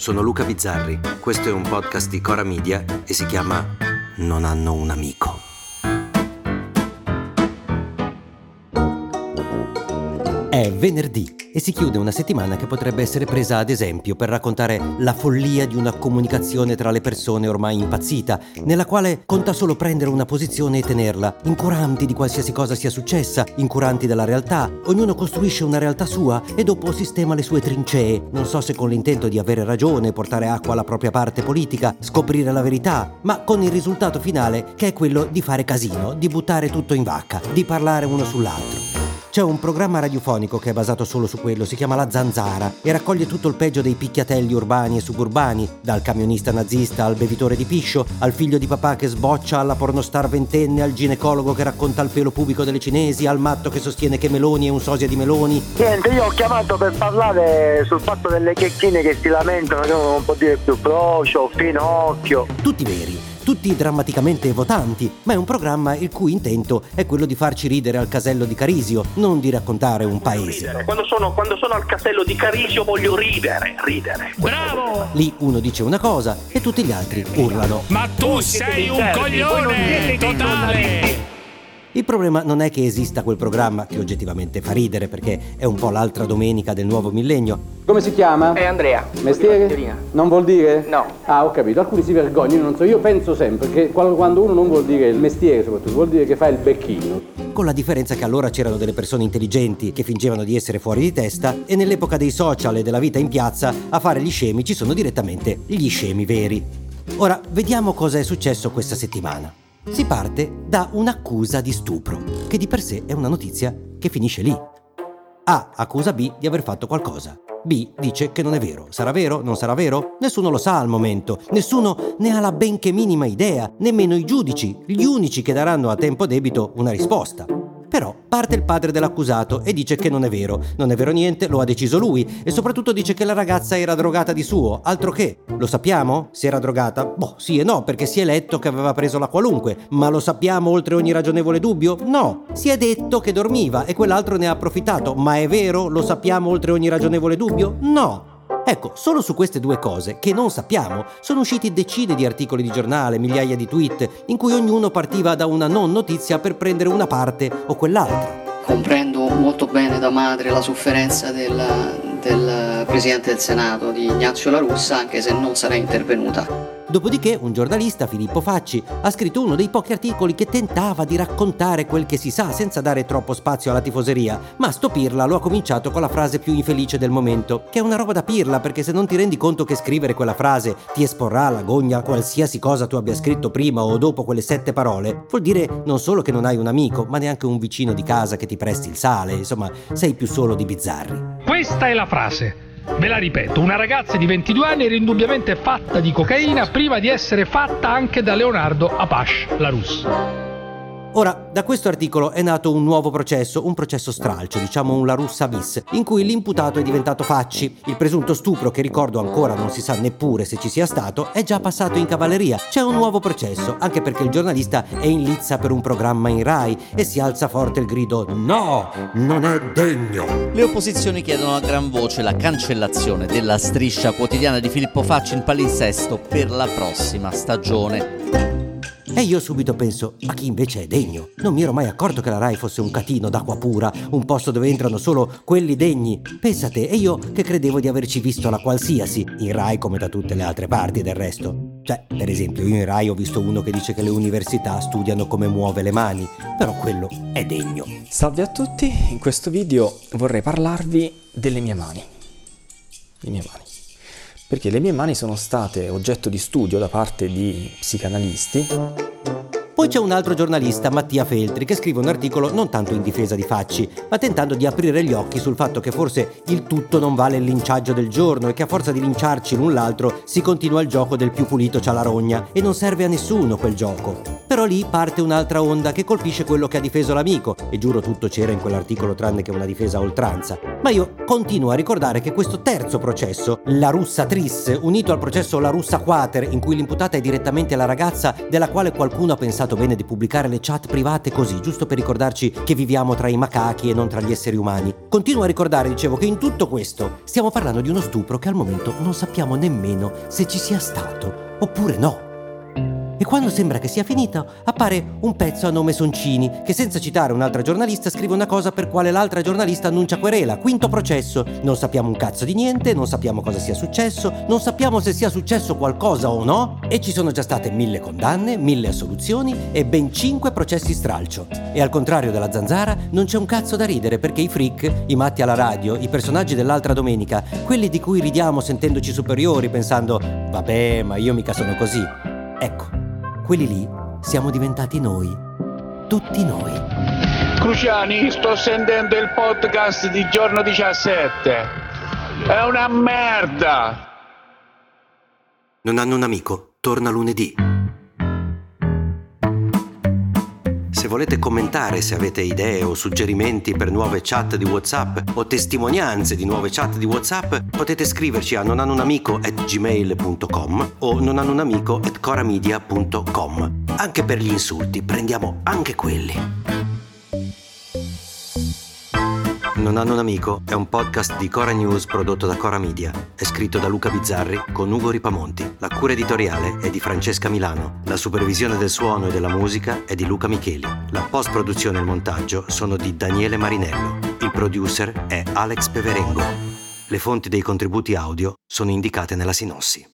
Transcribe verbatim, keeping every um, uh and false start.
sono Luca Bizzarri, questo è un podcast di Cora Media e si chiama Non hanno un amico. È venerdì e si chiude una settimana che potrebbe essere presa ad esempio per raccontare la follia di una comunicazione tra le persone ormai impazzita, nella quale conta solo prendere una posizione e tenerla, incuranti di qualsiasi cosa sia successa, incuranti della realtà. Ognuno costruisce una realtà sua e dopo sistema le sue trincee, non so se con l'intento di avere ragione, portare acqua alla propria parte politica, scoprire la verità, ma con il risultato finale che è quello di fare casino, di buttare tutto in vacca, di parlare uno sull'altro. C'è un programma radiofonico che è basato solo su quello, si chiama La Zanzara e raccoglie tutto il peggio dei picchiatelli urbani e suburbani, dal camionista nazista al bevitore di piscio, al figlio di papà che sboccia, alla pornostar ventenne, al ginecologo che racconta il pelo pubico delle cinesi, al matto che sostiene che Meloni è un sosia di Meloni. Niente, io ho chiamato per parlare sul fatto delle checchine che si lamentano che uno non può dire più procio, finocchio. Tutti veri. Tutti drammaticamente votanti, ma è un programma il cui intento è quello di farci ridere al casello di Carisio, non di raccontare un paese. Quando sono, quando sono al casello di Carisio voglio ridere, ridere. Bravo! Lì uno dice una cosa e tutti gli altri urlano. Ma tu sei un coglione totale! Il problema non è che esista quel programma, che oggettivamente fa ridere perché è un po' l'altra domenica del nuovo millennio. Come si chiama? È Andrea. Mestiere? Non vuol dire? No. Ah, ho capito. Alcuni si vergognano, non so. Io penso sempre che quando uno non vuol dire il mestiere, soprattutto, vuol dire che fa il becchino. Con la differenza che allora c'erano delle persone intelligenti che fingevano di essere fuori di testa e nell'epoca dei social e della vita in piazza a fare gli scemi ci sono direttamente gli scemi veri. Ora, vediamo cosa è successo questa settimana. Si parte da un'accusa di stupro, che di per sé è una notizia che finisce lì. A accusa B di aver fatto qualcosa. B dice che non è vero. Sarà vero? Non sarà vero? Nessuno lo sa al momento. Nessuno ne ha la benché minima idea, nemmeno i giudici, gli unici che daranno a tempo debito una risposta. Però parte il padre dell'accusato e dice che non è vero. Non è vero niente, lo ha deciso lui e soprattutto dice che la ragazza era drogata di suo, altro che. Lo sappiamo? Se era drogata? Boh, sì e no, perché si è letto che aveva preso la qualunque. Ma lo sappiamo oltre ogni ragionevole dubbio? No. Si è detto che dormiva e quell'altro ne ha approfittato. Ma è vero? Lo sappiamo oltre ogni ragionevole dubbio? No. Ecco, solo su queste due cose, che non sappiamo, sono usciti decine di articoli di giornale, migliaia di tweet, in cui ognuno partiva da una non notizia per prendere una parte o quell'altra. Comprendo molto bene da madre la sofferenza del, del Presidente del Senato, di Ignazio La Russa, anche se non sarei intervenuta. Dopodiché un giornalista, Filippo Facci, ha scritto uno dei pochi articoli che tentava di raccontare quel che si sa senza dare troppo spazio alla tifoseria, ma sto pirla lo ha cominciato con la frase più infelice del momento, che è una roba da pirla perché se non ti rendi conto che scrivere quella frase ti esporrà alla gogna qualsiasi cosa tu abbia scritto prima o dopo quelle sette parole, vuol dire non solo che non hai un amico, ma neanche un vicino di casa che ti presti il sale, insomma, sei più solo di Bizzarri. Questa è la frase. Ve la ripeto, una ragazza di ventidue anni era indubbiamente fatta di cocaina prima di essere fatta anche da Leonardo Apache, La Russa. Ora, da questo articolo è nato un nuovo processo, un processo stralcio, diciamo un La Russa bis, in cui l'imputato è diventato Facci. Il presunto stupro, che ricordo ancora non si sa neppure se ci sia stato, è già passato in cavalleria. C'è un nuovo processo, anche perché il giornalista è in lizza per un programma in Rai e si alza forte il grido «No, non è degno!». Le opposizioni chiedono a gran voce la cancellazione della striscia quotidiana di Filippo Facci in palinsesto per la prossima stagione. E io subito penso, ma chi invece è degno? Non mi ero mai accorto che la Rai fosse un catino d'acqua pura, un posto dove entrano solo quelli degni. Pensate, e io che credevo di averci visto la qualsiasi, in Rai come da tutte le altre parti del resto. Cioè, per esempio, io in Rai ho visto uno che dice che le università studiano come muove le mani, però quello è degno. Salve a tutti, in questo video vorrei parlarvi delle mie mani. Le mie mani. Perché le mie mani sono state oggetto di studio da parte di psicanalisti. Poi c'è un altro giornalista, Mattia Feltri, che scrive un articolo non tanto in difesa di Facci, ma tentando di aprire gli occhi sul fatto che forse il tutto non vale il linciaggio del giorno e che a forza di linciarci l'un l'altro si continua il gioco del più pulito c'ha la rogna e non serve a nessuno quel gioco. Però lì parte un'altra onda che colpisce quello che ha difeso l'amico, e giuro tutto c'era in quell'articolo tranne che una difesa a oltranza. Ma io continuo a ricordare che questo terzo processo, la Russa Tris, unito al processo La Russa Quater, in cui l'imputata è direttamente la ragazza della quale qualcuno ha pensato bene di pubblicare le chat private così, giusto per ricordarci che viviamo tra i macachi e non tra gli esseri umani. Continuo a ricordare, dicevo, che in tutto questo stiamo parlando di uno stupro che al momento non sappiamo nemmeno se ci sia stato oppure no. E quando sembra che sia finito, appare un pezzo a nome Soncini, che senza citare un'altra giornalista scrive una cosa per quale l'altra giornalista annuncia querela. Quinto processo. Non sappiamo un cazzo di niente, non sappiamo cosa sia successo, non sappiamo se sia successo qualcosa o no, e ci sono già state mille condanne, mille assoluzioni e ben cinque processi stralcio. E al contrario della Zanzara, non c'è un cazzo da ridere, perché i freak, i matti alla radio, i personaggi dell'altra domenica, quelli di cui ridiamo sentendoci superiori, pensando «vabbè, ma io mica sono così», ecco, quelli lì siamo diventati noi, tutti noi. Cruciani, sto sentendo il podcast di giorno diciassette. È una merda. Non hanno un amico, torna lunedì. Se volete commentare, se avete idee o suggerimenti per nuove chat di WhatsApp o testimonianze di nuove chat di WhatsApp, potete scriverci a nonhannounamico at gmail punto com o nonhannounamico at coramedia punto com. Anche per gli insulti, prendiamo anche quelli. Non hanno un amico è un podcast di Cora News prodotto da Cora Media. È scritto da Luca Bizzarri con Ugo Ripamonti. La cura editoriale è di Francesca Milano. La supervisione del suono e della musica è di Luca Micheli. La post-produzione e il montaggio sono di Daniele Marinello. Il producer è Alex Peverengo. Le fonti dei contributi audio sono indicate nella sinossi.